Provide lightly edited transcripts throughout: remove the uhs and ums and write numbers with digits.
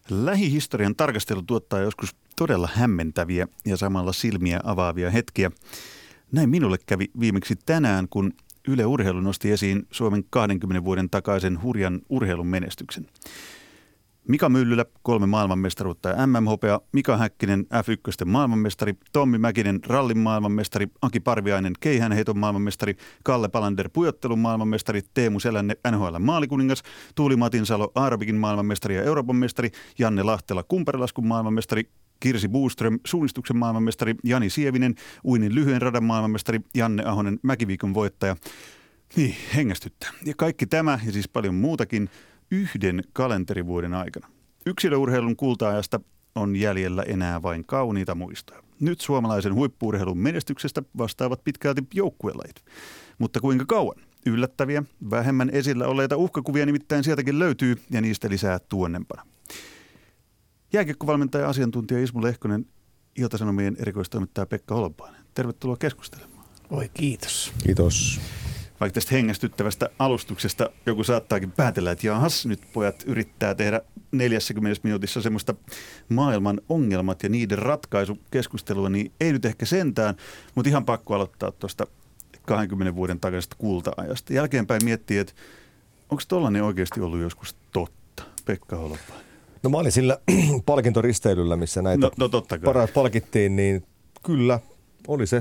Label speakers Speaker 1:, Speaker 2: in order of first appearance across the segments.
Speaker 1: Lähihistorian tarkastelu tuottaa joskus todella hämmentäviä ja samalla silmiä avaavia hetkiä. Näin minulle kävi viimeksi tänään, kun Yle Urheilu nosti esiin Suomen 20 vuoden takaisen hurjan urheilun menestyksen. Mika Myllylä 3 maailmanmestaruutta ja MM-hopea, Mika Häkkinen F1 maailmanmestari, Tommi Mäkinen rallin maailmanmestari, Aki Parviainen keihäänheiton maailmanmestari, Kalle Palander pujottelun maailmanmestari, Teemu Selänne NHL maalikuningas, Tuuli Matinsalo aerobikin maailmanmestari ja Euroopan mestari, Janne Lahtela kumparilaskun maailmanmestari, Kirsi Boström suunnistuksen maailmanmestari, Jani Sievinen uinnin lyhyen radan maailmanmestari, Janne Ahonen mäkiviikon voittaja. Niin, hengästyttää. Ja kaikki tämä ja siis paljon muutakin yhden kalenterivuoden aikana. Yksilöurheilun kulta-ajasta on jäljellä enää vain kauniita muistoja. Nyt suomalaisen huippu-urheilun menestyksestä vastaavat pitkälti joukkuelajit. Mutta kuinka kauan? Yllättäviä, vähemmän esillä olleita uhkakuvia nimittäin sieltäkin löytyy ja niistä lisää tuonnempana. Jääkiekkovalmentaja ja asiantuntija Ismo Lehkonen, Ilta-Sanomien erikoistoimittaja Pekka Holopainen. Tervetuloa keskustelemaan.
Speaker 2: Oi, kiitos.
Speaker 3: Kiitos.
Speaker 1: Vaikka tästä hengästyttävästä alustuksesta joku saattaakin päätellä, että jahas, nyt pojat yrittää tehdä 40 minuutissa semmoista maailman ongelmat ja niiden ratkaisukeskustelua, niin ei nyt ehkä sentään, mutta ihan pakko aloittaa tuosta 20 vuoden takaisesta kulta-ajasta. Jälkeenpäin miettii, että onko tollainen oikeasti ollut joskus totta, Pekka Holopainen?
Speaker 3: No mä olin sillä palkintoristeilyllä, missä näitä parhaat palkittiin, niin kyllä oli se.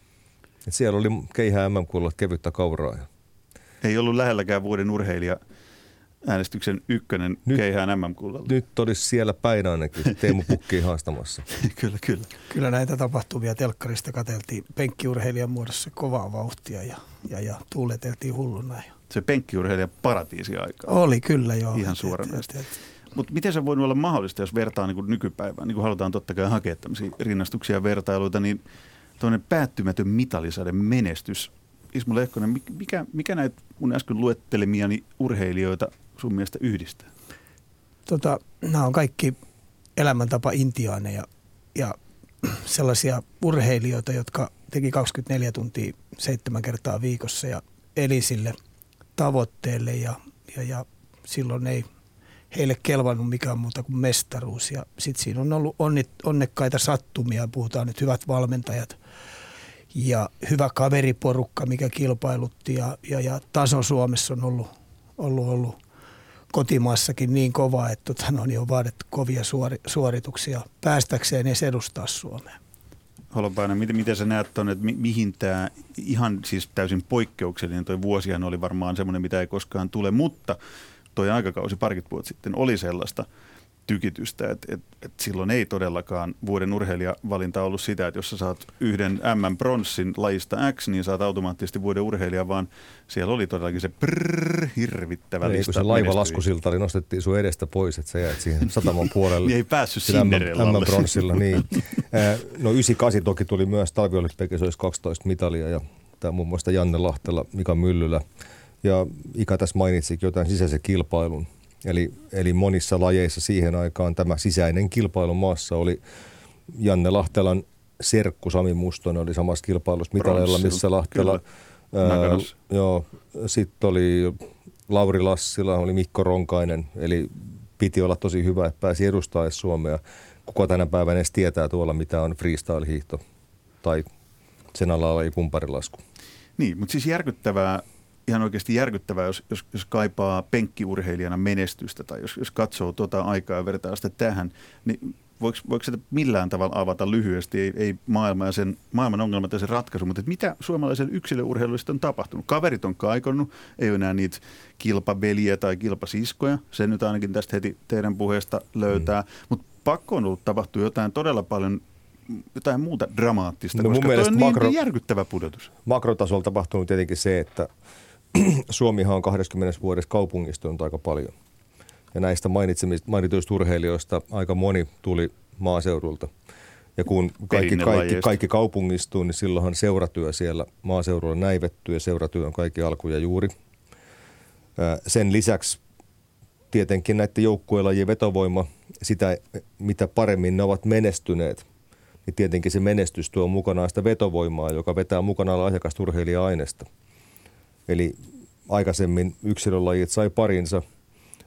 Speaker 3: Et siellä oli keihää MM-kullat kevyttä kauraa.
Speaker 1: Ei ollut lähelläkään vuoden urheilija äänestyksen ykkönen keihään MM-kullalla.
Speaker 3: Nyt olisi siellä päin ainakin Teemu Pukkiin haastamassa.
Speaker 1: Kyllä.
Speaker 2: Kyllä näitä tapahtumia telkkarista katseltiin penkkiurheilijan muodossa kovaa vauhtia ja tuuleteltiin hulluna.
Speaker 1: Se penkkiurheilijan paratiisi aikaa.
Speaker 2: Oli kyllä joo.
Speaker 1: Ihan suoranaisesti. Mutta miten se voi olla mahdollista, jos vertaa niin kuin nykypäivään? Niin kuin halutaan totta kai hakea tämmöisiä rinnastuksia ja vertailuita, niin tuollainen päättymätön mitalisaden menestys. Ismo Lehkonen, mikä näitä mun äsken luettelemiani urheilijoita sun mielestä yhdistää?
Speaker 2: Nämä on kaikki elämäntapa-intiaaneja ja sellaisia urheilijoita, jotka teki 24 tuntia 7 kertaa viikossa ja eli sille tavoitteelle ja silloin ei heille kelvannut mikään muuta kuin mestaruus. Ja sitten siinä on ollut onnekkaita sattumia, puhutaan nyt hyvät valmentajat ja hyvä kaveriporukka, mikä kilpailutti ja taso Suomessa on ollut kotimaassakin niin kova, että on vaadittu kovia suorituksia päästäkseen edes edustaa Suomea.
Speaker 1: Holopainen, miten sä näet tuonne, että mihin tämä ihan siis täysin poikkeuksellinen, toi vuosihan oli varmaan semmoinen, mitä ei koskaan tule, mutta toi aikakausi parikymmentä vuotta sitten oli sellaista tykitystä, että silloin ei todellakaan vuoden urheilijavalinta ollut sitä, että jos sä saat yhden MM-pronssin lajista X, niin saat automaattisesti vuoden urheilija, vaan siellä oli todellakin se hirvittävä lista.
Speaker 3: Kun se laivalaskusilta oli, nostettiin sun edestä pois, että sä jäät siihen sataman puolelle.
Speaker 1: Niin ei päässyt Cinderellalle.
Speaker 3: MM-pronssilla, niin. No 98 toki tuli myös talviolympiakisoissa, olisi 12 mitalia ja tämä muun muassa Janne Lahtela, Mika Myllylä. Ja Ika tässä mainitsikin jotain sisäisen kilpailun. Eli monissa lajeissa siihen aikaan tämä sisäinen kilpailu maassa oli Janne Lahtelan serkku Sami Mustonen oli samassa kilpailussa mitaleilla, missä Lahtela. Sitten oli Lauri Lassila, oli Mikko Ronkainen, eli piti olla tosi hyvä, että pääsi edustamaan Suomea. Kuka tänä päivänä edes tietää tuolla, mitä on freestyle-hiihto tai sen alalla ei kumparilasku.
Speaker 1: Niin, mutta siis järkyttävää. Ihan oikeasti järkyttävää, jos kaipaa penkkiurheilijana menestystä tai jos katsoo aikaa ja vertaa sitä tähän, niin voiko sitä millään tavalla avata lyhyesti, ei maailma ja maailman ongelmat ja sen ratkaisu, mutta mitä suomalaisen yksilöurheiluista on tapahtunut? Kaverit on kaikonnut, ei ole enää niitä kilpaveliä tai kilpasiskoja, se nyt ainakin tästä heti teidän puheesta löytää, mutta pakko on ollut tapahtua jotain todella paljon jotain muuta dramaattista, koska toi on niin järkyttävä pudotus.
Speaker 3: Makrotasolla on tapahtunut tietenkin se, että Suomihan on 20 vuodessa kaupungistunut aika paljon. Ja näistä mainituista urheilijoista aika moni tuli maaseudulta. Ja kun kaikki kaupungistuu, niin silloinhan seuratyö siellä maaseudulla näivettyy ja seuratyö on kaikki alku ja juuri. Sen lisäksi tietenkin näiden joukkuelajien vetovoima, sitä mitä paremmin ne ovat menestyneet, niin tietenkin se menestys tuo mukanaan sitä vetovoimaa, joka vetää mukanaan lahjakasta urheilija-aineesta. Eli aikaisemmin yksilölajit sai parinsa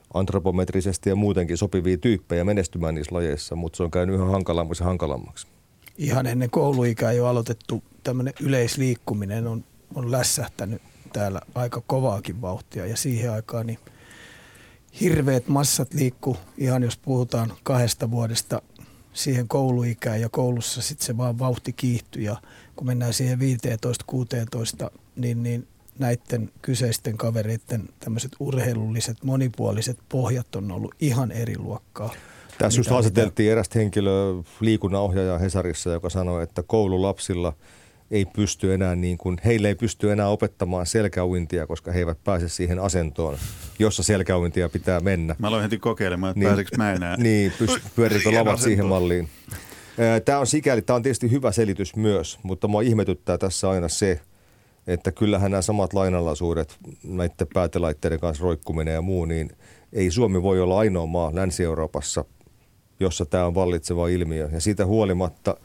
Speaker 3: antropometrisesti ja muutenkin sopivia tyyppejä menestymään niissä lajeissa, mutta se on käynyt yhä hankalammaksi ja hankalammaksi.
Speaker 2: Ihan ennen kouluikää jo aloitettu tämmöinen yleisliikkuminen on lässähtänyt täällä aika kovaakin vauhtia ja siihen aikaan niin hirveät massat liikkuu ihan jos puhutaan 2 vuodesta siihen kouluikään ja koulussa sitten se vaan vauhti kiihtyi ja kun mennään siihen 15-16, niin näiden kyseisten kavereiden tämmöiset urheilulliset, monipuoliset pohjat on ollut ihan eri luokkaa.
Speaker 3: Tässä just haastateltiin erästä henkilöä, liikunnanohjaaja Hesarissa, joka sanoi, että koululapsilla ei pysty enää heille ei pysty enää opettamaan selkäuintia, koska he eivät pääse siihen asentoon, jossa selkäuintia pitää mennä.
Speaker 1: Mä aloin heti kokeilemaan, että pääseekö mä enää.
Speaker 3: Niin, pyöritkö lavat siihen malliin. Tämä on tietysti hyvä selitys myös, mutta mua ihmetyttää tässä aina se, että kyllähän nämä samat lainalaisuudet, näiden päätelaitteiden kanssa roikkuminen ja muu, niin ei Suomi voi olla ainoa maa Länsi-Euroopassa, jossa tämä on vallitseva ilmiö. Ja siitä huolimatta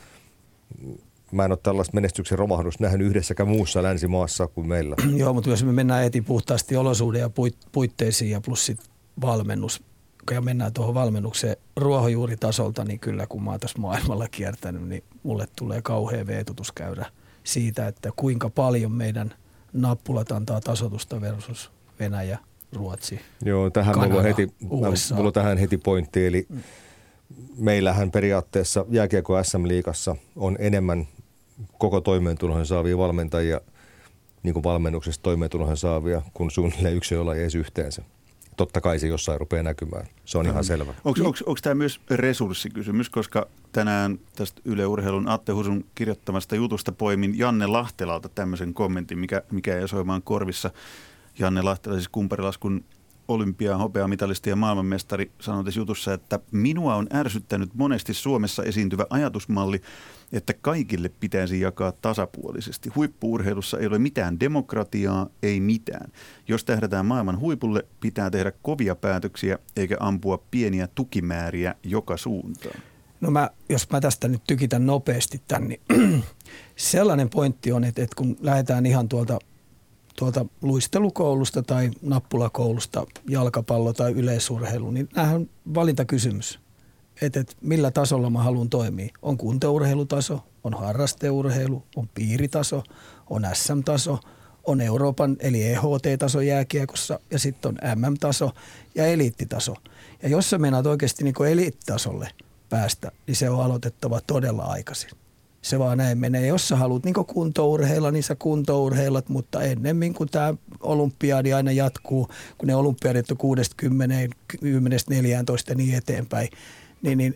Speaker 3: mä en ole tällaista menestyksen romahdusta nähnyt yhdessäkään muussa länsimaassa kuin meillä.
Speaker 2: Joo, mutta jos me mennään heti puhtaasti olosuuden ja puitteisiin ja plus sitten valmennus, ja mennään tuohon valmennukseen ruohonjuuritasolta, niin kyllä kun mä oon tässä maailmalla kiertänyt, niin mulle tulee kauhea veetutus käydä siitä, että kuinka paljon meidän nappulat antaa tasoitusta versus Venäjä, Ruotsi,
Speaker 3: Joo, tähän
Speaker 2: Kanada,
Speaker 3: mulla on tähän heti pointti, eli meillähän periaatteessa jääkiekko SM-liigassa on enemmän koko toimeentulohen saavia valmentajia, niin kuin valmennuksesta toimeentulohen saavia, kuin suunnilleen yksilöllä edes yhteensä. Totta kai se jossain rupeaa näkymään. Se on ihan selvä.
Speaker 1: Onko tämä myös resurssikysymys, koska tänään tästä Yle Urheilun Atte Husun kirjoittamasta jutusta poimin Janne Lahtelalta tämmöisen kommentin, mikä ei soimaan korvissa. Janne Lahtela, siis kumparilaskun hopeamitalisti ja maailmanmestari, sanoi tässä jutussa, että minua on ärsyttänyt monesti Suomessa esiintyvä ajatusmalli, että kaikille pitäisi jakaa tasapuolisesti. Huippu-urheilussa ei ole mitään demokratiaa, ei mitään. Jos tähdätään maailman huipulle, pitää tehdä kovia päätöksiä eikä ampua pieniä tukimääriä joka suuntaan.
Speaker 2: No jos mä tästä nyt tykitän nopeasti tämän, niin sellainen pointti on, että kun lähdetään ihan tuolta luistelukoulusta tai nappulakoulusta, jalkapallo tai yleisurheilu, niin nämähän on valintakysymys. Että millä tasolla mä haluan toimia. On kuntourheilutaso, on harrasteurheilu, on piiritaso, on SM-taso, on Euroopan eli EHT-taso jääkiekossa ja sitten on MM-taso ja eliittitaso. Ja jos sä meinaat oikeasti niin eliittitasolle päästä, niin se on aloitettava todella aikaisin. Se vaan näin menee. Jos sä haluat niin kuntourheilla, niin sä kuntourheilat, mutta ennemmin kuin tämä olympiadi aina jatkuu, kun ne olympiadit on 60, 10-14 ja niin eteenpäin, niin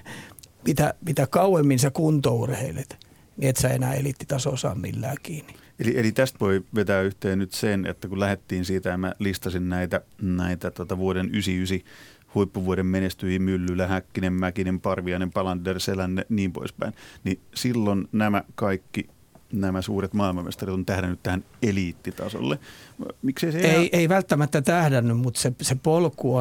Speaker 2: mitä kauemmin sä kuntourheilet, niin et sä enää eliittitasoa saa millään kiinni.
Speaker 1: Eli tästä voi vetää yhteen nyt sen, että kun lähdettiin siitä ja mä listasin näitä vuoden 99 huippuvuoden menestyjiä, Myllylä, Häkkinen, Mäkinen, Parviainen, Palander, Selänne, niin poispäin, niin silloin nämä suuret maailmanmestarit on tähdännyt tähän eliittitasolle. Miksei se
Speaker 2: ei välttämättä tähdännyt, mutta se polku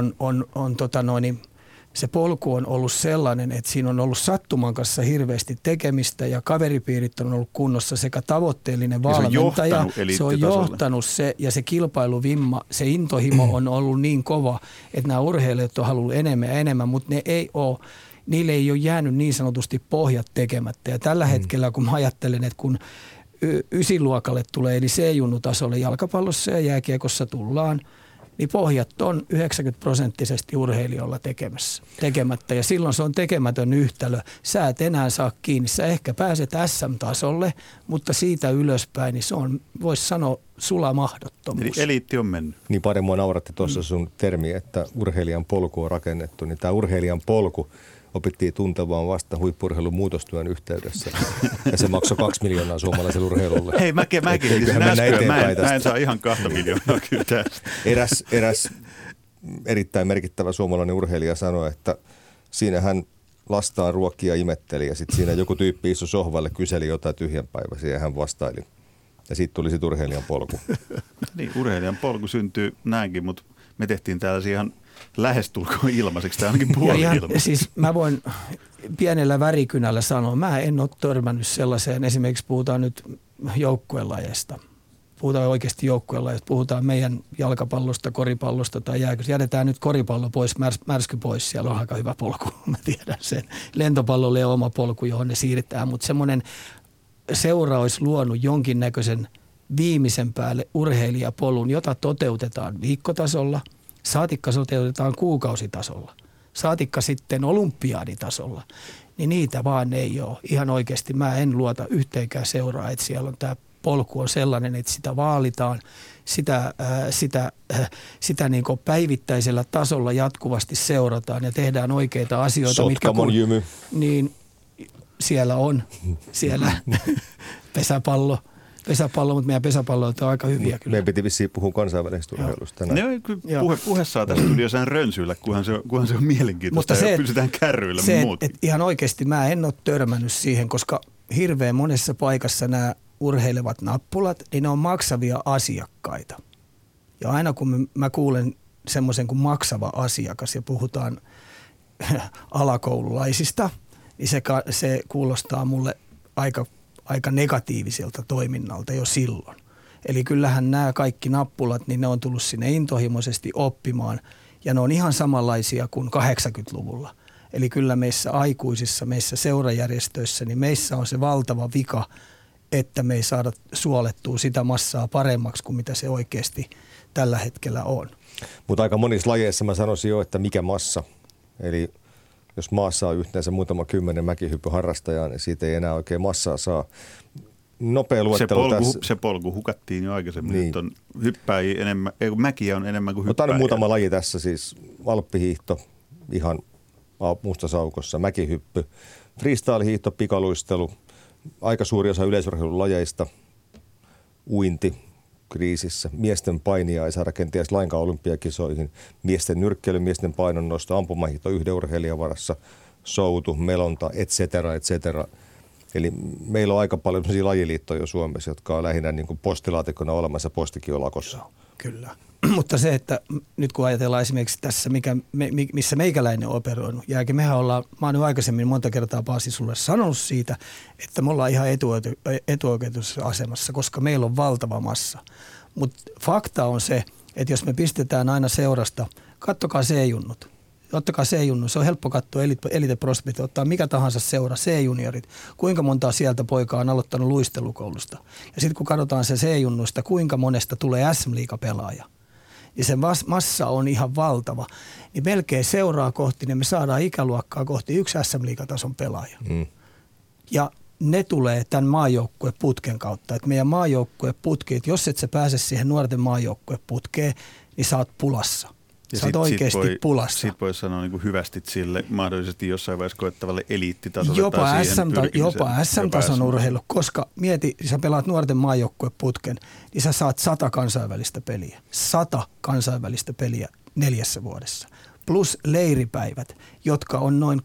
Speaker 2: se polku on ollut sellainen, että siinä on ollut sattuman kanssa hirveästi tekemistä ja kaveripiirit on ollut kunnossa sekä tavoitteellinen valmentaja. Se on johtanut ja se kilpailuvimma, se intohimo on ollut niin kova, että nämä urheilijat on halunnut enemmän ja enemmän, mutta niille ei ole jäänyt niin sanotusti pohjat tekemättä. Ja tällä hetkellä, kun mä ajattelen, että kun 9-luokalle tulee, eli C-junnutasolle jalkapallossa ja jääkiekossa tullaan, niin pohjat on 90% urheilijoilla tekemättä. Ja silloin se on tekemätön yhtälö. Sä et enää saa kiinni. Sä ehkä pääset SM-tasolle, mutta siitä ylöspäin, niin se on, voisi sanoa, sula mahdottomuus.
Speaker 1: Eli eliitti on mennyt.
Speaker 3: Niin paljon mua nauratti tuossa sun termi, että urheilijan polku on rakennettu. Niin tämä urheilijan polku opittiin tuntemaan vasta huippu-urheilun muutostyön yhteydessä. Ja se maksoi 2 miljoonaa suomalaiselle urheilulle.
Speaker 1: Hei, mäkin mä en saa ihan 2 miljoonaa kyllä tästä.
Speaker 3: Eräs erittäin merkittävä suomalainen urheilija sanoi, että siinä hän lastaan ruokkia imetteli ja sitten siinä joku tyyppi istui sohvalle, kyseli jotain tyhjänpäiväisiä ja hän vastaili. Ja siitä tuli sitten urheilijan polku.
Speaker 1: Niin, urheilijan polku syntyy näinkin, mutta me tehtiin tällaisia ihan lähestulkoon ilmaiseksi, tai ainakin puoli ilmaiseksi.
Speaker 2: Siis mä voin pienellä värikynällä sanoa, mä en ole törmännyt sellaiseen, esimerkiksi puhutaan nyt joukkuelajeista, puhutaan oikeasti joukkueella, jos puhutaan meidän jalkapallosta, koripallosta tai jääköstä, jätetään nyt koripallo pois, märsky pois, siellä on aika hyvä polku, mä tiedän sen. Lentopallolle on oma polku, johon ne siirretään, mutta semmoinen seura olisi luonut jonkinnäköisen viimeisen päälle urheilijapolun, jota toteutetaan viikkotasolla, saatikka toteutetaan kuukausitasolla, saatikka sitten olympiaaditasolla, niin niitä vaan ei ole. Ihan oikeasti mä en luota yhteenkään seuraa, että siellä on tämä polku on sellainen, että sitä vaalitaan, sitä niin kuin päivittäisellä tasolla jatkuvasti seurataan ja tehdään oikeita asioita.
Speaker 3: Sotkamon jymy.
Speaker 2: Niin siellä on, siellä pesäpallo, mutta meidän pesäpallot on aika hyviä kyllä.
Speaker 3: Meidän piti vissiin puhua kansainvälisestä urheilusta tänään.
Speaker 1: Puhe saa tässä studiossa rönsyillä, kunhan se on mielenkiintoista ja pysytään kärryillä.
Speaker 2: Ihan oikeasti mä en ole törmännyt siihen, koska hirveän monessa paikassa nämä urheilevat nappulat, niin ne on maksavia asiakkaita. Ja aina kun mä kuulen semmoisen kuin maksava asiakas ja puhutaan alakoululaisista, niin se kuulostaa mulle aika negatiiviselta toiminnalta jo silloin. Eli kyllähän nämä kaikki nappulat, niin ne on tullut sinne intohimoisesti oppimaan ja ne on ihan samanlaisia kuin 80-luvulla. Eli kyllä meissä aikuisissa, meissä seurajärjestöissä, niin meissä on se valtava vika, että me ei saada suolettua sitä massaa paremmaksi kuin mitä se oikeasti tällä hetkellä on.
Speaker 3: Mutta aika monissa lajeissa mä sanoisin jo, että mikä massa. Eli jos maassa on yhteensä muutama 10 mäkihyppyharrastajaa, niin siitä ei enää oikein massaa saa. Nopea luettelo tässä.
Speaker 1: Se polku hukattiin jo aikaisemmin. Niin. Nyt on hyppääjiä enemmän, mäkiä on enemmän kuin hyppääjiä.
Speaker 3: Otan muutama laji tässä siis. Alppihiihto, ihan mustasaukossa, mäkihyppy, freestyle-hiihto, pikaluistelu, aika suuri osa yleisurheilun lajeista, uinti kriisissä, miesten painia ei saada kenties lainkaan olympiakisoihin, miesten nyrkkeily, miesten painonnosto, ampumahiihto yhden urheilijan varassa, soutu, melonta, et cetera. Eli meillä on aika paljon sellaisia lajiliittoja Suomessa, jotka on lähinnä niin kuin postilaatikona olemassa, postikin on lakossa.
Speaker 2: Joo, kyllä. Mutta se, että nyt kun ajatellaan esimerkiksi tässä, missä meikäläinen on operoinut, mä oon nyt aikaisemmin monta kertaa Paasi sulle sanonut siitä, että me ollaan ihan etuoikeutuisessa asemassa, koska meillä on valtava massa. Mutta fakta on se, että jos me pistetään aina seurasta, kattokaa C-junnut. Ottakaa C-junnut, se on helppo katsoa Elite Prospect, ottaa mikä tahansa seura, C-juniorit, kuinka montaa sieltä poikaa on aloittanut luistelukoulusta. Ja sitten kun katsotaan se C-junnuista, kuinka monesta tulee SM-liigapelaaja. Ja se massa on ihan valtava. Niin melkein seuraa kohti, niin me saadaan ikäluokkaa kohti 1 SM-liigatason pelaaja. Ja ne tulee tämän maajoukkueputken kautta. Että meidän maajoukkueputki, että jos et sä pääse siihen nuorten maajoukkueputkeen, niin sä oot pulassa. Sä oot oikeasti pulassa.
Speaker 1: Sitten voi sanoa niin kuin hyvästit sille mahdollisesti jossain vaiheessa koettavalle eliittitasolle.
Speaker 2: Jopa SM-tason urheilu, koska mieti, sä pelaat nuorten maajoukkueputken, niin sä saat 100 kansainvälistä peliä. 100 kansainvälistä peliä 4 vuodessa. Plus leiripäivät, jotka on noin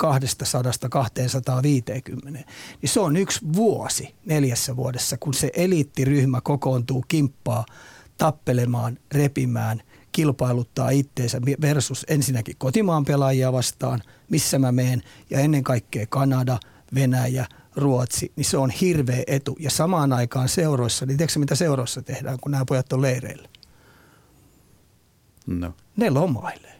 Speaker 2: 200-250. Niin se on 1 vuosi 4 vuodessa, kun se eliittiryhmä kokoontuu kimppaa tappelemaan, repimään, kilpailuttaa itteensä versus ensinnäkin kotimaan pelaajia vastaan, missä mä menen, ja ennen kaikkea Kanada, Venäjä, Ruotsi, niin se on hirveä etu. Ja samaan aikaan seuroissa, niin tiedätkö mitä seuroissa tehdään, kun nämä pojat on leireillä?
Speaker 1: No.
Speaker 2: Ne lomailee.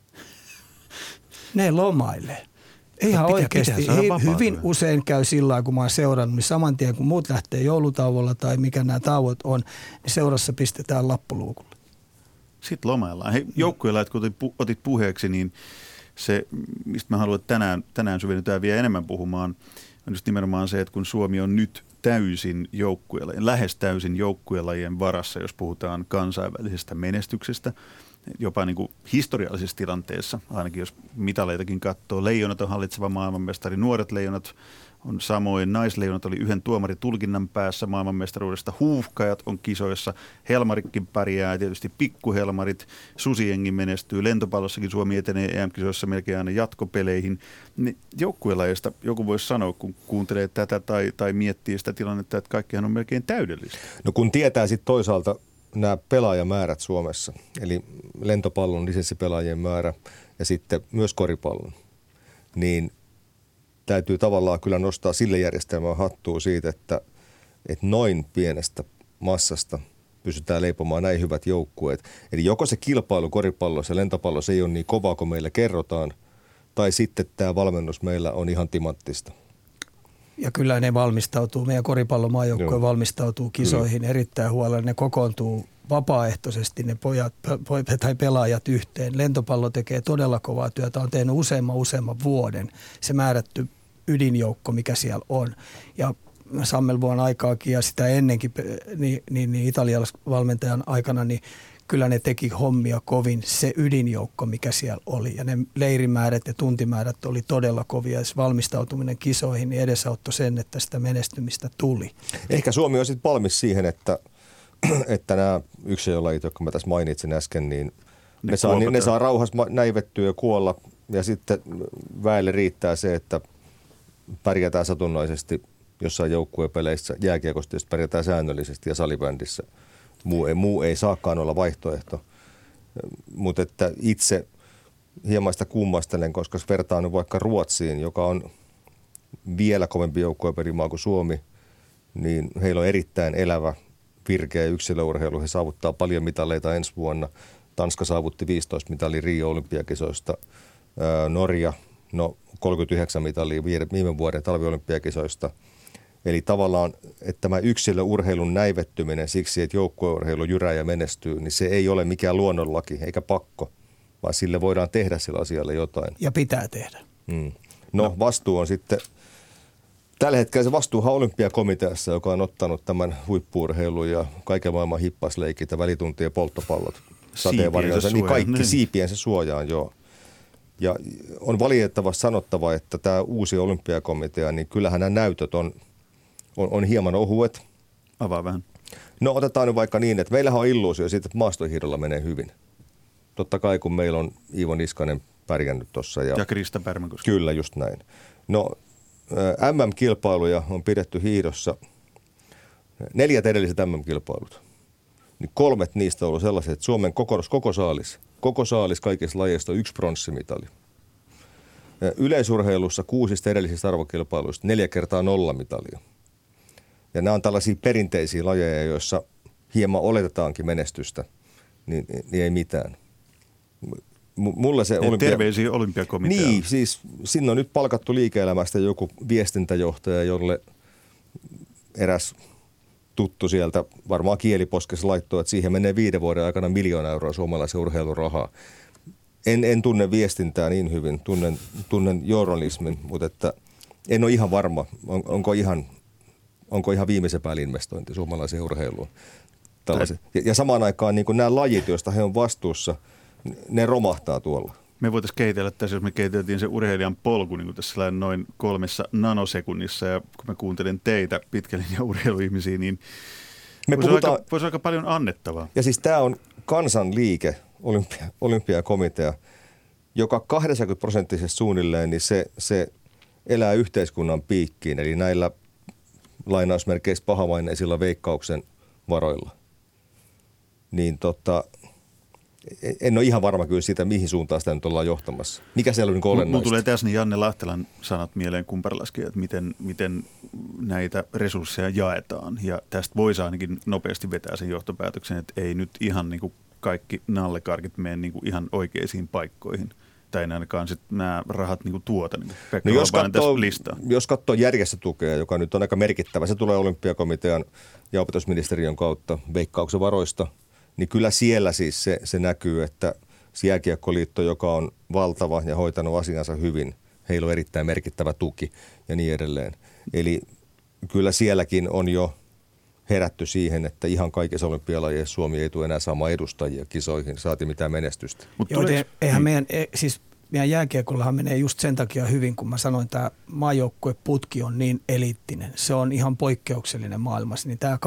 Speaker 2: Ihan oikeasti hyvin usein käy sillä lailla, kun mä oon seurannut, niin saman tien kun muut lähtee joulutauolla tai mikä nämä tauot on, niin seurassa pistetään lappuluukulle.
Speaker 1: Sitten lomaillaan. Hei, joukkueella, kun otit puheeksi, niin se, mistä mä haluan tänään syvennytään vielä enemmän puhumaan, on just nimenomaan se, että kun Suomi on nyt lähes täysin joukkuelajien varassa, jos puhutaan kansainvälisestä menestyksestä, jopa niin kuin historiallisessa tilanteessa, ainakin jos mitaleitakin katsoo. Leijonat on hallitseva maailmanmestari, nuoret leijonat on samoin, naisleijonat oli 1 tuomaritulkinnan päässä maailmanmestaruudesta, huuhkajat on kisoissa, helmarikkin pärjää, tietysti pikkuhelmarit, susijengi menestyy, lentopallossakin Suomi etenee EM-kisoissa melkein aina jatkopeleihin. Niin joukkuelajeista joku voisi sanoa, kun kuuntelee tätä tai miettii sitä tilannetta, että kaikkihan on melkein täydellistä.
Speaker 3: No kun tietää sitten toisaalta nämä pelaajamäärät Suomessa, eli lentopallon lisenssipelaajien määrä ja sitten myös koripallon, niin täytyy tavallaan kyllä nostaa sille järjestelmään hattua siitä, että noin pienestä massasta pystytään leipomaan näin hyvät joukkueet. Eli joko se kilpailu koripallossa ja lentopallossa ei ole niin kovaa kuin meillä kerrotaan, tai sitten tämä valmennus meillä on ihan timanttista.
Speaker 2: Ja kyllä ne valmistautuu, meidän koripallomaajoukkue valmistautuu kisoihin erittäin huolella. Ne kokoontuu vapaaehtoisesti, ne pojat tai pelaajat yhteen. Lentopallo tekee todella kovaa työtä, on tehnyt useamman vuoden se määrätty ydinjoukko, mikä siellä on. Ja Sammelvuon aikaakin ja sitä ennenkin niin italialaisvalmentajan aikana, niin kyllä ne teki hommia kovin se ydinjoukko, mikä siellä oli. Ja ne leirimäärät ja tuntimäärät oli todella kovia. Ja se valmistautuminen kisoihin niin edesauttoi sen, että sitä menestymistä tuli.
Speaker 3: Ehkä Suomi on sitten valmis siihen, että nämä yksilölajit, jotka mä tässä mainitsin äsken, niin ne saa rauhassa näivettyä ja kuolla. Ja sitten väelle riittää se, että pärjätään satunnaisesti jossain joukkuepeleissä, jääkiekosta, jos pärjätään säännöllisesti ja salibändissä. Muu ei saakaan olla vaihtoehto, mutta että itse hieman sitä kummastelen, koska vertaan vaikka Ruotsiin, joka on vielä kovempi joukkuepelimaa kuin Suomi, niin heillä on erittäin elävä, virkeä yksilöurheilu. He saavuttaa paljon mitaleita ensi vuonna. Tanska saavutti 15 mitalia Rio-olympiakisoista. Norja, 39 mitalia viime vuoden talviolympiakisoista. Eli tavallaan, että tämä yksilöurheilun näivettyminen siksi, että joukkueurheilu jyrää ja menestyy, niin se ei ole mikään luonnonlaki eikä pakko, vaan sille voidaan tehdä sillä asialle jotain.
Speaker 2: Ja pitää tehdä.
Speaker 3: No vastuu on sitten, tällä hetkellä se vastuuhan olympiakomiteassa, joka on ottanut tämän huippu-urheilun ja kaiken maailman hippasleikit ja välitunti- ja polttopallot sateenvarjoissa, niin kaikki siipiensä suojaan, joo. Ja on valitettavasti sanottava, että tämä uusi olympiakomitea, niin kyllähän nämä näytöt on hieman ohuet.
Speaker 1: Avaa vähän.
Speaker 3: No otetaan nyt vaikka niin, että meillähän on illuusio siitä, että maastohiihdolla menee hyvin. Totta kai kun meillä on Iivo Niskanen pärjännyt tuossa.
Speaker 1: Ja Krista Pärmäkoski.
Speaker 3: Kyllä, just näin. No MM-kilpailuja on pidetty hiihdossa 4 edelliset MM-kilpailut. Niin 3 niistä on ollut sellaiset, että Suomen koko saalis kaikista lajeista on 1 pronssimitali. Yleisurheilussa 6 edellisistä arvokilpailuista 4 kertaa 0 mitalia. Ja nämä on tällaisia perinteisiä lajeja, joissa hieman oletetaankin menestystä, niin ei mitään. Mulle se
Speaker 1: terveisiä olympiakomiteaan.
Speaker 3: Niin, siis sinne on nyt palkattu liike-elämästä joku viestintäjohtaja, jolle eräs tuttu sieltä varmaan kieliposkessa laittoi, että siihen menee 5 vuoden aikana 1 000 000 euroa suomalaisen urheilurahaa. En tunne viestintää niin hyvin, tunnen journalismin, mutta että en ole ihan varma, onko ihan viimeisen päälle investointi suomalaiseen urheiluun. Ja samaan aikaan niin nämä lajit, joista he on vastuussa, ne romahtaa tuolla.
Speaker 1: Me voitaisiin kehitellä tässä, jos me kehiteltiin se urheilijan polku niin kuin tässä noin 3 nanosekunnissa, ja kun mä kuuntelen teitä pitkän linjan urheiluihmisiä, niin voisi aika paljon annettavaa.
Speaker 3: Ja siis tämä on kansanliike, olympiakomitea, joka 80% suunnilleen, niin se elää yhteiskunnan piikkiin, eli näillä lainausmerkeissä pahamaineisilla Veikkauksen varoilla. Niin en ole ihan varma kyllä siitä, mihin suuntaan sitä nyt ollaan johtamassa. Mikä siellä on niin olennaista?
Speaker 1: Mulla tulee tässä niin Janne Lahtelan sanat mieleen kumparilaskia, että miten näitä resursseja jaetaan. Ja tästä voisi ainakin nopeasti vetää sen johtopäätöksen, että ei nyt ihan niin kuin kaikki nallekarkit mene niin kuin ihan oikeisiin paikkoihin. Tai ainakaan nämä rahat niin kuin tuota, niin kuin Pekka Holopainen tässä listaa.
Speaker 3: Jos katsoo järjestötukea, joka nyt on aika merkittävä, se tulee olympiakomitean ja opetusministeriön kautta Veikkauksen varoista, niin kyllä siellä siis se näkyy, että Jääkiekkoliitto, joka on valtava ja hoitanut asiansa hyvin, heillä on erittäin merkittävä tuki ja niin edelleen. Eli kyllä sielläkin on jo herätty siihen, että ihan kaikissa olympialajeissa Suomi ei tule enää saamaan edustajia kisoihin, saati mitään menestystä.
Speaker 2: Meidän jääkiekollahan menee just sen takia hyvin, kun mä sanoin, että tämä maajoukkueputki on niin eliittinen. Se on ihan poikkeuksellinen maailmassa. Niin tämä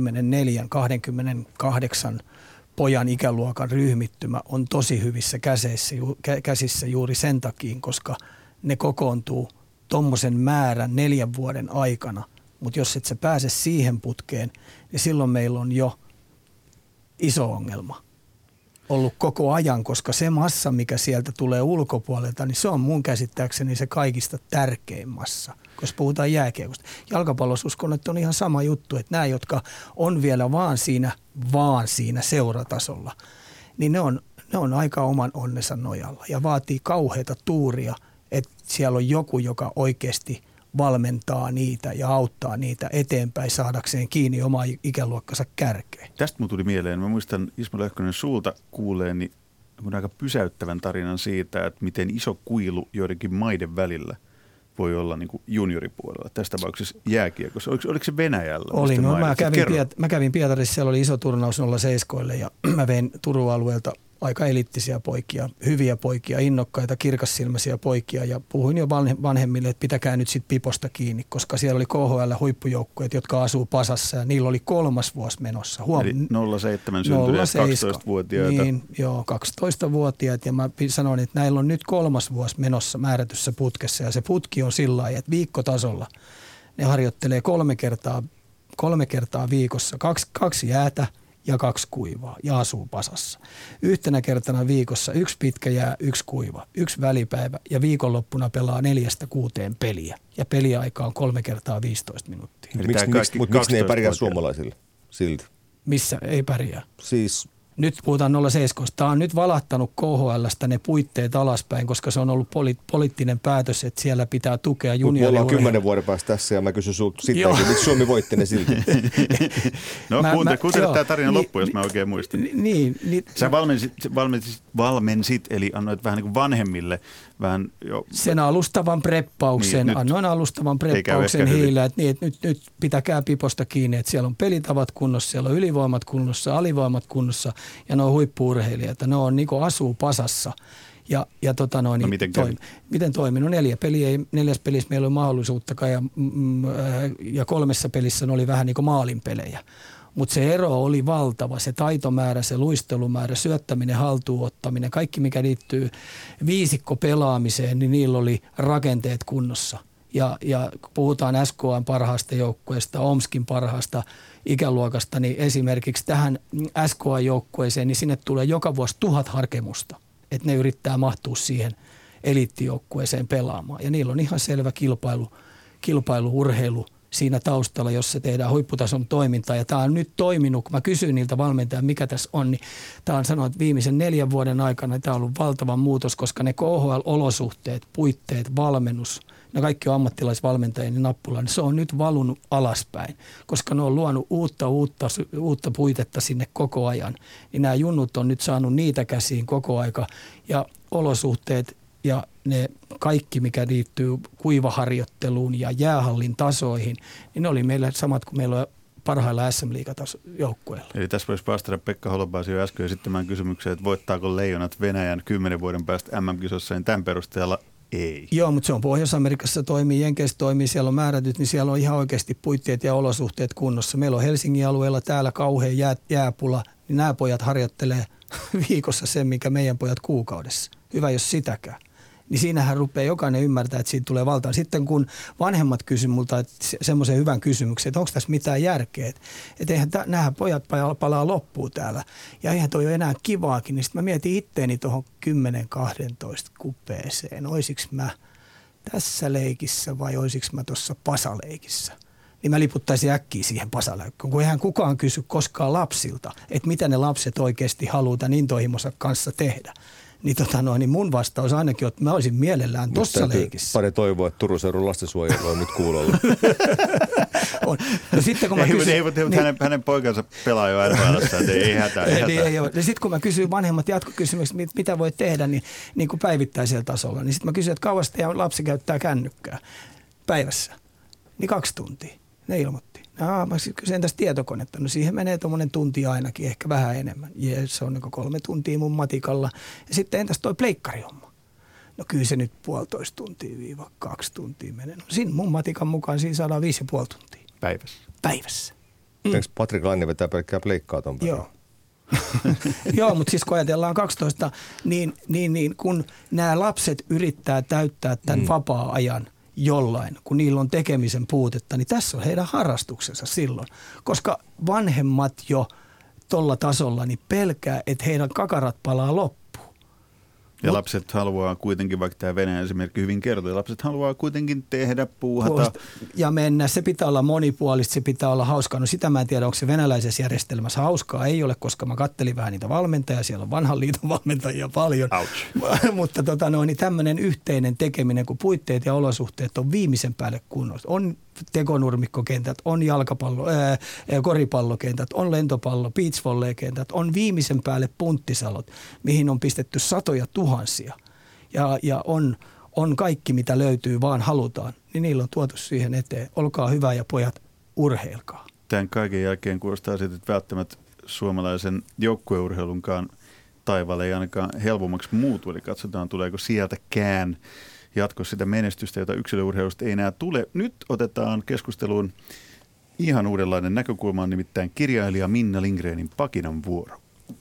Speaker 2: 24-28 pojan ikäluokan ryhmittymä on tosi hyvissä käsissä juuri sen takia, koska ne kokoontuu tommosen määrän 4 vuoden aikana. Mutta jos et sä pääse siihen putkeen, niin silloin meillä on jo iso ongelma. ollut koko ajan, koska se massa, mikä sieltä tulee ulkopuolelta, niin se on mun käsittääkseni se kaikista tärkein massa, jos puhutaan jääkiekosta. Jalkapallossa uskon, että on ihan sama juttu, että nämä, jotka on vielä vaan siinä seuratasolla, niin ne on aika oman onnensa nojalla ja vaatii kauheata tuuria, että siellä on joku, joka oikeasti valmentaa niitä ja auttaa niitä eteenpäin saadakseen kiinni omaa ikäluokkansa kärkeen.
Speaker 1: Tästä mun tuli mieleen. Mä muistan Ismo Lehkonen sulta kuuleeni aika pysäyttävän tarinan siitä, että miten iso kuilu joidenkin maiden välillä voi olla niin kuin junioripuolella. Tässä tapauksessa jääkiekossa. Oliko se Venäjällä?
Speaker 2: Oli. Mä kävin Pietarissa, siellä oli iso turnaus 07 ja mä vein Turun alueelta aika eliittisiä poikia, hyviä poikia, innokkaita, kirkassilmäisiä poikia ja puhuin jo vanhemmille, että pitäkää nyt sit piposta kiinni, koska siellä oli KHL-huippujoukkueet, jotka asuu Pasassa ja niillä oli 3. vuosi menossa.
Speaker 1: Eli 07 syntyneet 12-vuotiaita.
Speaker 2: Niin, joo, 12-vuotiaat ja mä sanoin, että näillä on nyt 3. vuosi menossa määrätyssä putkessa ja se putki on sillä lailla, että viikkotasolla ne harjoittelee 3 kertaa viikossa, 2 jäätä ja 2 kuivaa ja asuu Pasassa. Yhtenä kertana viikossa 1 pitkä jää, 1 kuiva, 1 välipäivä ja viikonloppuna pelaa 4-6 peliä. Ja peliaika on 3 kertaa 15 minuuttia.
Speaker 3: Miksi ne ei pärjää suomalaisille silti?
Speaker 2: Missä ei pärjää?
Speaker 3: Siis
Speaker 2: nyt puhutaan 07. Tämä on nyt valahtanut KHL:stä ne puitteet alaspäin, koska se on ollut poliittinen päätös, että siellä pitää tukea junioriurheilua.
Speaker 3: Me ollaan 10 vuoden päästä tässä ja mä kysyn sulta sittenkin, miksi Suomi voitti ne silti?
Speaker 1: No kuuntele tämä tarina loppu, jos mä oikein muistan. Sä valmensit, eli annoit vähän niin kuin vanhemmille vähän jo.
Speaker 2: Sen alustavan preppauksen, niin, annoin alustavan preppauksen heille, että nyt pitäkää piposta kiinni, että siellä on pelitavat kunnossa, siellä on ylivoimat kunnossa, alivoimat kunnossa ja ne on huippu-urheilijat, ne on niin kuin asuu Pasassa. Miten toimi? No 4 pelissä meillä oli mahdollisuuttakaan ja 3 pelissä ne oli vähän niin kuin maalinpelejä. Mutta se ero oli valtava, se taitomäärä, se luistelumäärä, syöttäminen, haltuunottaminen, kaikki mikä liittyy viisikko pelaamiseen, niin niillä oli rakenteet kunnossa. Ja kun puhutaan SKA:n parhaasta joukkueesta, OMSKin parhaasta ikäluokasta, niin esimerkiksi tähän SKA-joukkueeseen, niin sinne tulee joka vuosi 1000 hakemusta, että ne yrittää mahtua siihen eliittijoukkueeseen pelaamaan. Ja niillä on ihan selvä kilpailuurheilu siinä taustalla, jossa tehdään huipputason toimintaa. Ja tämä on nyt toiminut, kun mä kysyin niiltä valmentajilta, mikä tässä on, niin tämä on sanonut, että viimeisen 4 vuoden aikana tämä on ollut valtava muutos, koska ne KHL-olosuhteet, puitteet, valmennus, ne kaikki on ammattilaisvalmentajien nappula, niin se on nyt valunut alaspäin, koska ne on luonut uutta puitetta sinne koko ajan. Niin nämä junnut on nyt saanut niitä käsiin koko aika ja olosuhteet ja ne kaikki, mikä liittyy kuivaharjoitteluun ja jäähallin tasoihin, niin ne oli meillä samat kuin meillä on parhailla SM-liigajoukkueilla.
Speaker 1: Eli tässä voisi vastata Pekka Holopaisen jo äsken esittämään kysymykseen, että voittaako Leijonat Venäjän 10 vuoden päästä MM-kisossa, niin tämän perusteella ei. Joo, mutta se on Pohjois-Amerikassa toimii, Jenkeissä toimii, siellä on määrätyt, niin siellä on ihan oikeasti puitteet ja olosuhteet kunnossa. Meillä on Helsingin alueella täällä kauhean jääpula, niin nämä pojat harjoittelee viikossa sen, mikä meidän pojat kuukaudessa. Hyvä, jos sitäkään. Niin siinähän rupeaa jokainen ymmärtää, että siitä tulee valtaa. Sitten kun vanhemmat kysyvät multa semmoisen hyvän kysymyksen, että onko tässä mitään järkeä, että eihän nämä pojat palaa loppuun täällä ja eihän toi ole enää kivaakin, niin sitten mä mietin itteeni tuohon 10-12 kupeeseen. Oisiks mä tässä leikissä vai oisiks mä tuossa pasaleikissä? Niin mä liputtaisin äkkiä siihen pasaläykköön, kun eihän kukaan kysy koskaan lapsilta, että mitä ne lapset oikeasti haluaa tämän intohimonsa kanssa tehdä. Niin mun vastaus ainakin, että mä olisin mielellään tuossa leikissä.
Speaker 3: Pari toivoa, että Turun seudun lastensuojelu on nyt kuulolla.
Speaker 2: On. No sitten kun mä kysyn,
Speaker 1: hänen poikansa pelaa jo NHL:ssä, että ei hätää.
Speaker 2: Ja sitten kun mä kysyn vanhemmat jatkokysymykset, mitä voi tehdä niin kuin päivittäisellä tasolla, niin sitten mä kysyn, että kauan teidän lapsi käyttää kännykkää päivässä. Niin 2 tuntia. Ne ilmoitti. Mä kysyin tästä tietokonetta. No siihen menee tuommoinen tunti ainakin, ehkä vähän enemmän. Se on 3 tuntia mun matikalla. Ja sitten entäs toi pleikkarihomma? No kyllä se nyt 1,5 tuntia - 2 tuntia menee. No siinä mun matikan mukaan siinä saadaan 5,5 tuntia. Päivässä.
Speaker 3: Eikö Patrik Laine vetää pelkkää pleikkaa ton päivän?
Speaker 2: Joo. Joo, mutta siis kun ajatellaan 12, niin kun nämä lapset yrittää täyttää tämän vapaa-ajan jollain, kun niillä on tekemisen puutetta, niin tässä on heidän harrastuksensa silloin. Koska vanhemmat jo tolla tasolla, niin pelkää, että heidän kakarat palaa loppuun.
Speaker 1: Ja lapset haluaa kuitenkin, vaikka tämä Venäjän esimerkki hyvin kertoo, lapset haluaa kuitenkin tehdä, puuhata.
Speaker 2: Ja mennä. Se pitää olla monipuolista, se pitää olla hauskaa. No sitä mä en tiedä, onko se venäläisessä järjestelmässä hauskaa. Ei ole, koska mä kattelin vähän niitä valmentajia. Siellä on vanhan liiton valmentajia paljon. Mutta niin tämmöinen yhteinen tekeminen, kun puitteet ja olosuhteet on viimeisen päälle kunnossa. On tekonurmikkokentät, on koripallokentät, on lentopallo, beachvolley-kentät, on viimeisen päälle punttisalot, mihin on pistetty satoja tuhansia. Ja on kaikki, mitä löytyy, vaan halutaan, niin niillä on tuotu siihen eteen. Olkaa hyvä ja pojat, urheilkaa.
Speaker 1: Tämän kaiken jälkeen kuulostaa siitä, että välttämättä suomalaisen joukkueurheilunkaan taivaalle ei ainakaan helpommaksi muutu. Eli katsotaan, tuleeko sieltäkään jatkossa sitä menestystä, jota yksilöurheilusta ei enää tule. Nyt otetaan keskusteluun ihan uudenlainen näkökulma, nimittäin kirjailija Minna Lindgrenin Pakinan vuoro.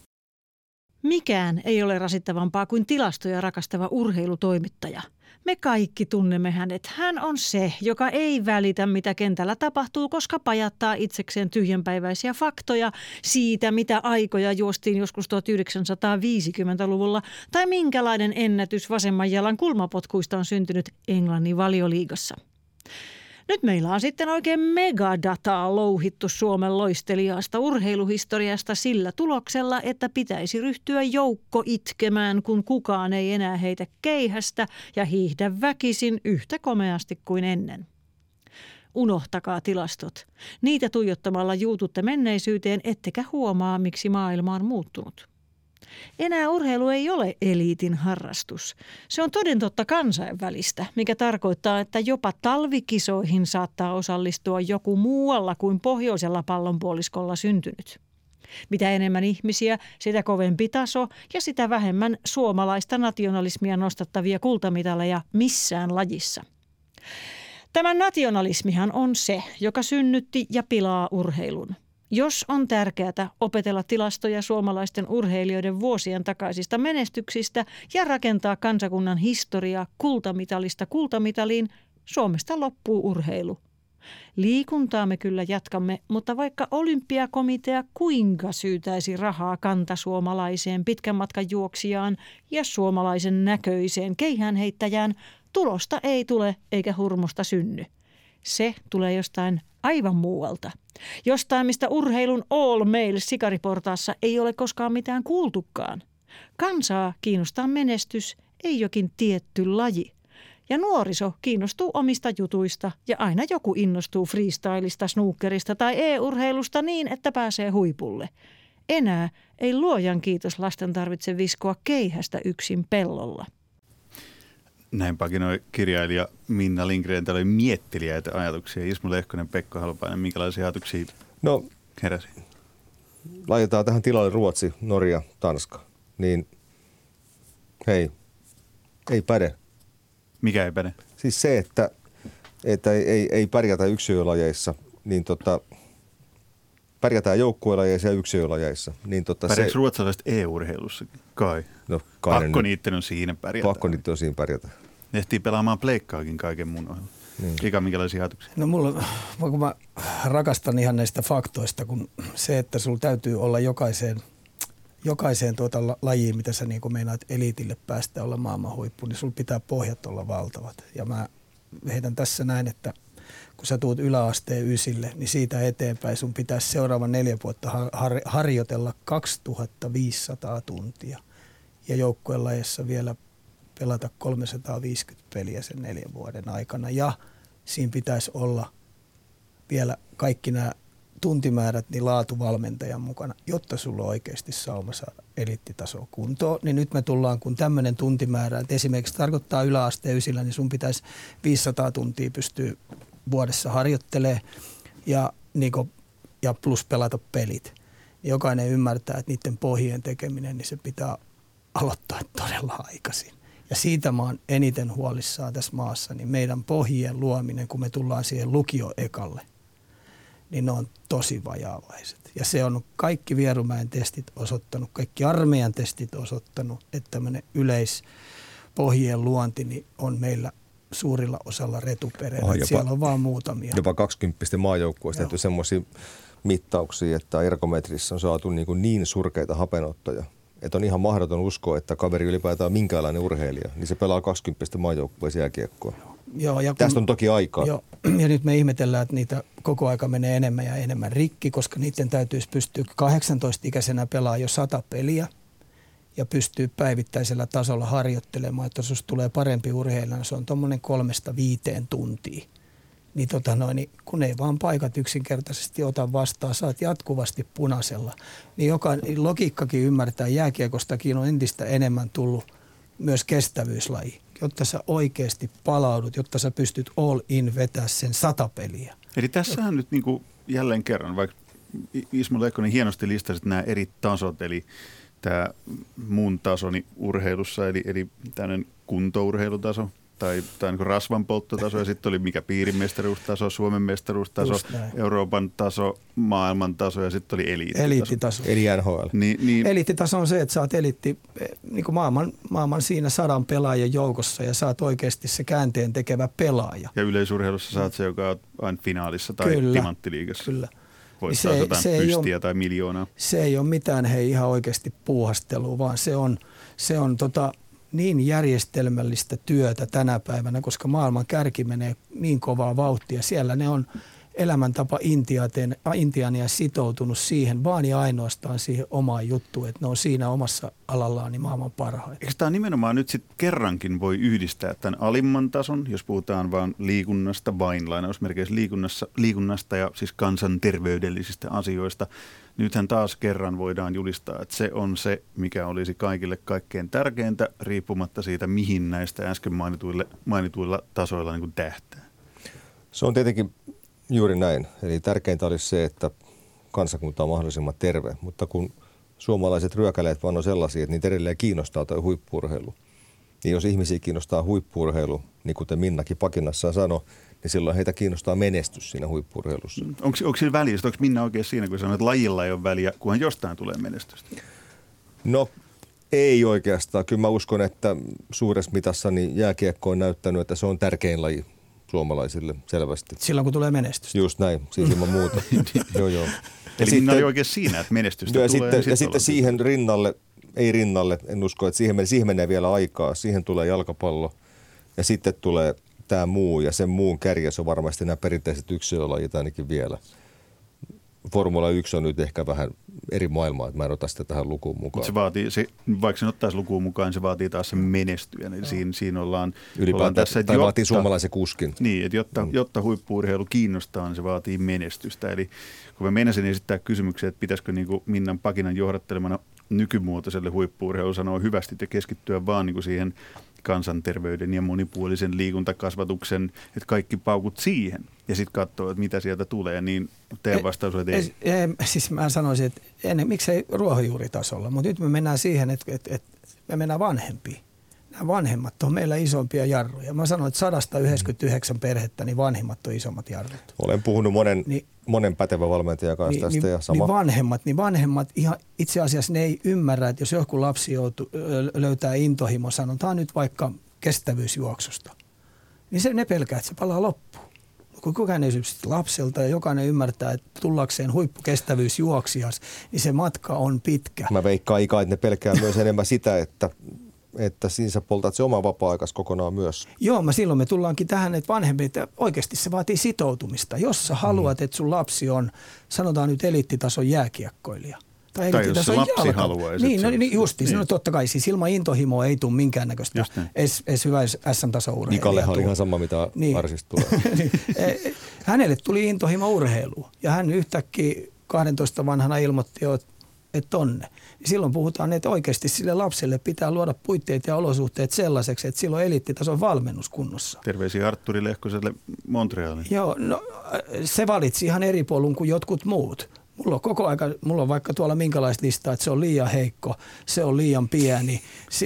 Speaker 4: Mikään ei ole rasittavampaa kuin tilastoja rakastava urheilutoimittaja. Me kaikki tunnemme hänet. Hän on se, joka ei välitä, mitä kentällä tapahtuu, koska pajattaa itsekseen tyhjänpäiväisiä faktoja siitä, mitä aikoja juostiin joskus 1950-luvulla tai minkälainen ennätys vasemman jalan kulmapotkuista on syntynyt Englannin Valioliigassa. Nyt meillä on sitten oikein megadataa louhittu Suomen loistelijaasta urheiluhistoriasta sillä tuloksella, että pitäisi ryhtyä joukko itkemään, kun kukaan ei enää heitä keihästä ja hiihdä väkisin yhtä komeasti kuin ennen. Unohtakaa tilastot. Niitä tuijottamalla juututte menneisyyteen, ettekä huomaa, miksi maailma on muuttunut. Enää urheilu ei ole eliitin harrastus. Se on toden totta kansainvälistä, mikä tarkoittaa, että jopa talvikisoihin saattaa osallistua joku muualla kuin pohjoisella pallonpuoliskolla syntynyt. Mitä enemmän ihmisiä, sitä kovempi taso ja sitä vähemmän suomalaista nationalismia nostattavia kultamitaleja missään lajissa. Tämä nationalismihan on se, joka synnytti ja pilaa urheilun. Jos on tärkeää opetella tilastoja suomalaisten urheilijoiden vuosien takaisista menestyksistä ja rakentaa kansakunnan historiaa kultamitalista kultamitaliin, Suomesta loppuu urheilu. Liikuntaa me kyllä jatkamme, mutta vaikka olympiakomitea kuinka syytäisi rahaa kantasuomalaiseen pitkän matkan juoksijaan ja suomalaisen näköiseen keihäänheittäjään, tulosta ei tule eikä hurmosta synny. Se tulee jostain aivan muualta. Jostain, mistä urheilun All Mail-sikariportaassa ei ole koskaan mitään kuultukaan. Kansaa kiinnostaa menestys, ei jokin tietty laji. Ja nuoriso kiinnostuu omista jutuista ja aina joku innostuu freestylista, snookerista tai e-urheilusta niin, että pääsee huipulle. Enää ei luojan kiitos lasten tarvitse viskoa keihästä yksin pellolla.
Speaker 1: Näin pakinoi kirjailija Minna Lindgren. Täällä oli mietteliäitä ajatuksia. Ismo Lehkonen, Pekka Halopainen, minkälaisia ajatuksia heräsi?
Speaker 3: Laitetaan tähän tilalle Ruotsi, Norja, Tanska. Niin hei, ei päde.
Speaker 1: Mikä ei päde?
Speaker 3: Siis se, että ei pärjätä yksilölajeissa, niin pärjätään joukkuelajeissa ja yksilölajeissa. Niin
Speaker 1: pärjääkö ruotsalaiset e-urheilussa? Kai.
Speaker 3: No,
Speaker 1: pakko niitten on siinä pärjätä.
Speaker 3: Pakko niitten on siinä pärjätä.
Speaker 1: Ehtii pelaamaan pleikkaakin kaiken mun ohella. Niin. Ika, minkälaisia ajatuksia?
Speaker 2: No kun mä rakastan ihan näistä faktoista, kun se, että sulla täytyy olla jokaiseen lajiin, mitä sä niin meinaat eliitille päästä olla maailman huippu, niin sulla pitää pohjat olla valtavat. Ja mä heitän tässä näin, että kun sä tuut yläasteen ysille, niin siitä eteenpäin sun pitäisi seuraavan 4 vuotta harjoitella 2500 tuntia. Ja joukkuelajeissa vielä pelata 350 peliä sen 4 vuoden aikana. Ja siinä pitäisi olla vielä kaikki nämä tuntimäärät niin laatuvalmentajan mukana, jotta sulla on oikeasti sauma saada eliittitasoa kuntoon. Niin nyt me tullaan, kun tämmöinen tuntimäärä, että esimerkiksi tarkoittaa yläasteen ysillä, niin sun pitäisi 500 tuntia pystyä vuodessa harjoittelee ja plus pelata pelit. Jokainen ymmärtää, että niiden pohjien tekeminen, niin se pitää aloittaa todella aikaisin. Ja siitä mä oon eniten huolissaan tässä maassa, niin meidän pohjien luominen, kun me tullaan siihen lukioekalle, niin ne on tosi vajaavaiset. Ja se on kaikki Vierumäen testit osoittanut, kaikki armeijan testit osoittanut, että tämmöinen yleispohjien luonti niin on meillä suurilla osalla retupereillä. Siellä on vaan muutamia.
Speaker 3: Jopa 20 maajoukkueista tehty semmoisia mittauksia, että ergometrissä on saatu niin surkeita hapenottoja, että on ihan mahdoton uskoa, että kaveri ylipäätään on minkäänlainen urheilija, niin se pelaa 20 maajoukkueessa jääkiekkoa. Tästä on toki aikaa.
Speaker 2: Joo, ja nyt me ihmetellään, että niitä koko aika menee enemmän ja enemmän rikki, koska niiden täytyisi pystyä 18-ikäisenä pelaamaan jo 100 peliä ja pystyy päivittäisellä tasolla harjoittelemaan, että jos tulee parempi urheilijana, se on tuommoinen 3-5 tuntia. Niin, niin kun ei vaan paikat yksinkertaisesti ota vastaan, saat jatkuvasti punaisella. Niin joka logiikkakin ymmärtää, jääkiekostakin on entistä enemmän tullut myös kestävyyslaji, jotta sä oikeasti palaudut, jotta sä pystyt all in vetää sen 100 peliä.
Speaker 1: Eli tässähän nyt niin kuin jälleen kerran, vaikka Ismo Leikkonen hienosti listasit nämä eri tasot, eli tämä muun tasoni urheilussa, eli tämmöinen kuntourheilutaso, tai niin kuin rasvanpolttotaso, ja sitten oli mikä piirimestaruustaso, Suomen mestaruustaso, Euroopan taso, maailman taso, ja sitten oli eliittitaso.
Speaker 3: Eli NHL.
Speaker 2: Niin. Eliittitaso on se, että sä oot niin kuin maailman siinä 100 pelaajan joukossa, ja sä oot oikeasti se käänteen tekevä pelaaja.
Speaker 1: Ja yleisurheilussa sä oot se, joka on aina finaalissa tai timanttiliigassa.
Speaker 2: Kyllä.
Speaker 1: Voittaa jotain pystiä tai miljoonaa.
Speaker 2: Se ei ole mitään ihan oikeasti puuhastelua, vaan se on niin järjestelmällistä työtä tänä päivänä, koska maailman kärki menee niin kovaa vauhtia. Siellä ne on elämäntapa intiaania sitoutunut siihen, vaan ja ainoastaan siihen omaan juttuun, että ne on siinä omassa alallaan niin maailman parhaita.
Speaker 1: Eikö tämä nimenomaan nyt sitten kerrankin voi yhdistää tämän alimman tason, jos puhutaan vaan liikunnasta, vain lainausmerkeissä liikunnasta ja siis kansanterveydellisistä asioista. Nythän taas kerran voidaan julistaa, että se on se, mikä olisi kaikille kaikkein tärkeintä, riippumatta siitä, mihin näistä äsken mainituilla tasoilla niin kuin tähtää.
Speaker 3: Se on tietenkin juuri näin. Eli tärkeintä olisi se, että kansakunta on mahdollisimman terve. Mutta kun suomalaiset ryökäleet vaan on sellaisia, että niitä edelleen kiinnostaa toi huippu-urheilu. Niin jos ihmisiä kiinnostaa huippu-urheilu, niin kuten Minnakin pakinassaan sanoi, niin silloin heitä kiinnostaa menestys siinä huippu-urheilussa.
Speaker 1: Onko sillä väliä? Onko Minna oikein siinä, kun sanoo, että lajilla ei ole väliä, kunhan jostain tulee menestystä?
Speaker 3: No ei oikeastaan. Kyllä mä uskon, että suuressa mitassa niin jääkiekko on näyttänyt, että se on tärkein laji suomalaisille selvästi.
Speaker 2: Silloin kun tulee menestystä.
Speaker 3: Just näin, siis ilman muuta. Joo.
Speaker 1: Eli Minna oli oikein siinä, että menestystä tulee.
Speaker 3: Ja sitten siihen rinnalle, en usko, että siihen menee vielä aikaa. Siihen tulee jalkapallo ja sitten tulee tämä muu, ja sen muun kärjessä on varmasti nämä perinteiset yksilölajit ainakin vielä. Formula 1 on nyt ehkä vähän eri maailmaa, että mä en ota sitä tähän lukuun mukaan.
Speaker 1: Mutta se vaatii, vaikka sen ottaisi lukuun mukaan, niin se vaatii taas sen menestyjän. Eli siinä ollaan
Speaker 3: tässä, tai vaatii suomalaisen kuskin.
Speaker 1: Niin, että jotta huippu-urheilu kiinnostaa, niin se vaatii menestystä. Eli kun mä meinasin esittää kysymyksiä, että pitäisikö niin kuin Minnan Pakinan johdattelemana nykymuotoiselle huippu-urheilu sanoa hyvästi ja keskittyä vaan niin kuin siihen kansanterveyden ja monipuolisen liikuntakasvatuksen, että kaikki paukut siihen ja sitten katsoo, että mitä sieltä tulee, niin teidän vastaus on, että ei.
Speaker 2: Siis mä sanoisin, että miksei ruohonjuuritasolla, mutta nyt me mennään siihen, että me mennään vanhempiin. Nämä vanhemmat on meillä isompia jarruja. Mä sanoin, että 199 perhettä, niin vanhemmat on isommat jarrut.
Speaker 3: Olen puhunut monen pätevän valmentajan kanssa tästä. Ja sama.
Speaker 2: Niin vanhemmat ihan itse asiassa ne ei ymmärrä, että jos joku lapsi löytää intohimo, sanotaan nyt vaikka kestävyysjuoksusta, niin ne pelkää, että se palaa loppuun. Kun kukaan ei syy lapselta ja jokainen ymmärtää, että tullakseen huippukestävyysjuoksijas, niin se matka on pitkä.
Speaker 3: Mä veikkaan että ne pelkää myös enemmän sitä, että siinä sä poltat se oma vapaa-aikas kokonaan myös.
Speaker 2: Joo, silloin me tullaankin tähän, että vanhempi, että oikeasti se vaatii sitoutumista. Jos sä haluat, että sun lapsi on, sanotaan nyt eliittitason jääkiekkoilija.
Speaker 1: Tai jos se lapsi haluaisi.
Speaker 2: Niin, justiin. No, totta kai siis ilman intohimoa ei tule minkäännäköistä edes hyvä SM-taso-urheilijaa.
Speaker 3: Nikallehan oli ihan sama, mitä Arsista tulee.
Speaker 2: Hänelle tuli intohimo urheiluun ja hän yhtäkkiä 12 vanhana ilmoitti, että tonne. Silloin puhutaan, että oikeasti sille lapselle pitää luoda puitteet ja olosuhteet sellaiseksi, että silloin eliittitason valmennus kunnossa.
Speaker 1: Terveisiä Artturi Lehkoselle Montrealiin.
Speaker 2: Joo, no se valitsi ihan eri polun kuin jotkut muut. Mulla on vaikka tuolla minkälaista listaa, että se on liian heikko, se on liian pieni,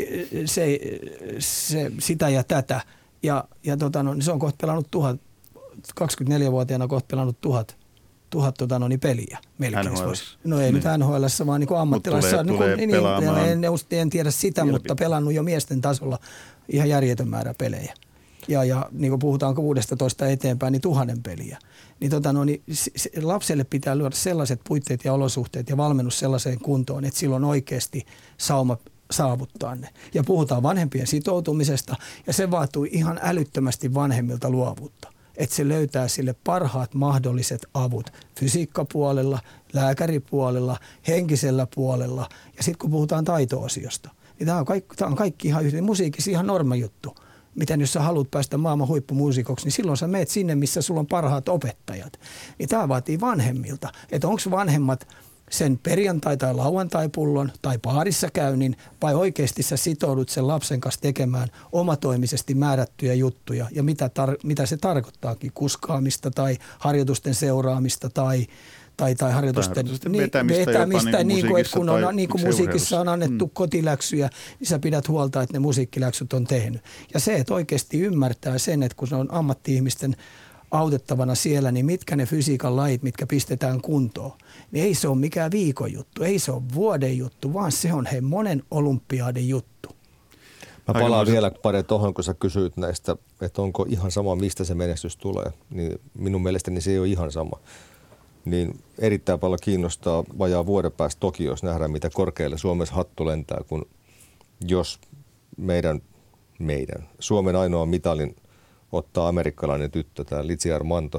Speaker 2: sitä ja tätä. Ja se on kohta pelannut 24-vuotiaana kohta pelannut 1000 peliä melkein. No ei nyt NHL:ssä, vaan niin ammattilaisessa. En tiedä sitä, mutta pelannut jo miesten tasolla ihan järjetön määrä pelejä. Ja niin kuin puhutaan 16 eteenpäin, niin 1000 peliä. Niin, lapselle pitää lyödä sellaiset puitteet ja olosuhteet ja valmennus sellaiseen kuntoon, että silloin oikeasti sauma saavuttaa ne. Ja puhutaan vanhempien sitoutumisesta ja se vaatii ihan älyttömästi vanhemmilta luovuutta. Että se löytää sille parhaat mahdolliset avut fysiikkapuolella, lääkäripuolella, henkisellä puolella ja sitten kun puhutaan taito-osiosta, niin tämä on kaikki ihan yhden musiikissa ihan norma juttu. Miten jos sä haluat päästä maailman huippumuusikoksi, niin silloin sä meet sinne, missä sulla on parhaat opettajat. Niin tämä vaatii vanhemmilta, että onko vanhemmat sen perjantai- tai lauantaipullon tai baarissa käynnin vai oikeasti sä sitoudut sen lapsen kanssa tekemään omatoimisesti määrättyjä juttuja ja mitä se tarkoittaakin, kuskaamista tai harjoitusten seuraamista tai harjoitusten vetämistä niin kuin, että kun on, niin kuin musiikissa on annettu kotiläksyjä, niin sä pidät huolta, että ne musiikkiläksyt on tehnyt. Ja se, että oikeasti ymmärtää sen, että kun se on ammatti-ihmisten autettavana siellä, niin mitkä ne fysiikan lajit, mitkä pistetään kuntoon, niin ei se ole mikään viikon juttu, ei se ole vuoden juttu, vaan se on monen olympiadin juttu.
Speaker 3: Mä palaan vielä pari tuohon, kun sä kysyit näistä, että onko ihan sama, mistä se menestys tulee. Niin minun mielestäni se ei ole ihan sama. Niin erittäin paljon kiinnostaa vajaa vuoden päästä Tokiossa nähdä, mitä korkealle Suomessa hattu lentää, kun jos meidän Suomen ainoa mitalin ottaa amerikkalainen tyttö, tämä Lizi Armanto,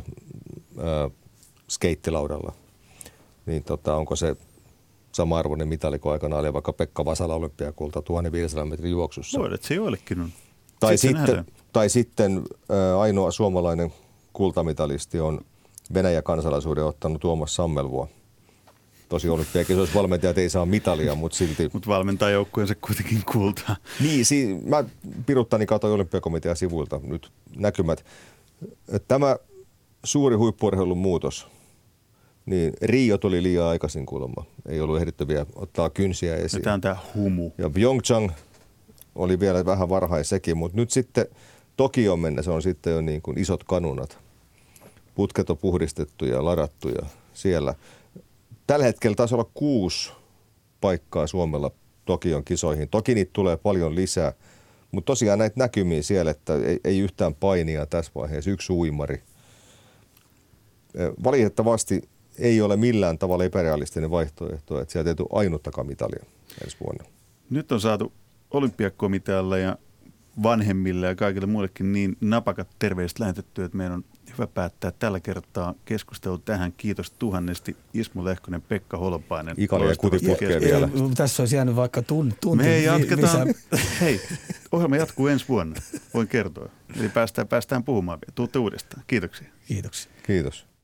Speaker 3: skeittilaudalla, niin niin se sama-arvoinen mitali kuin aikanaan oli vaikka Pekka Vasala olympiakulta 1500 metrin juoksussa.
Speaker 1: Voit, että se joillekin on.
Speaker 3: Tai sitten ainoa suomalainen kultamitalisti on Venäjän kansalaisuuden ottanut Tuomas Sammelvuo. Tosi olympiakisoissa valmentajat ei saa mitalia, mutta silti.
Speaker 1: Mutta valmentajajoukkueensa kuitenkin kultaa.
Speaker 3: Niin, mä piruttani katsoin olympiakomitean sivuilta nyt näkymät. Tämä suuri huippu-urheilun muutos, niin Rio tuli liian aikaisin kuulemma. Ei ollut ehditty vielä ottaa kynsiä esiin.
Speaker 1: Tämä on tämä humu.
Speaker 3: Ja Pyeongchang oli vielä vähän varhain sekin, mutta nyt sitten Tokioon mennessä on sitten jo niin kuin isot kanunat. Putket on puhdistettu ja ladattu ja siellä. Tällä hetkellä taisi olla 6 paikkaa Suomella Tokion kisoihin. Toki niitä tulee paljon lisää, mutta tosiaan näitä näkymiä siellä, että ei yhtään painia tässä vaiheessa, 1 uimari. Valitettavasti ei ole millään tavalla epärealistinen vaihtoehto, että sieltä ei tule ainuttakaan mitalia ensi vuonna.
Speaker 1: Nyt on saatu olympiakomitealle ja vanhemmille ja kaikille muillekin niin napakat terveiset lähetettyä, että meidän on hyvä päättää tällä kertaa keskustelu tähän. Kiitos tuhannesti Ismo Lehkonen, Pekka Holopainen.
Speaker 3: Ikalia ja kutiputkea vielä.
Speaker 2: Tässä olisi jäänyt vaikka tunti.
Speaker 1: Me jatketaan. Hei, ohjelma jatkuu ensi vuonna, voin kertoa. Eli päästään puhumaan vielä. Tuutte uudestaan. Kiitoksia.
Speaker 2: Kiitoksia.
Speaker 3: Kiitos.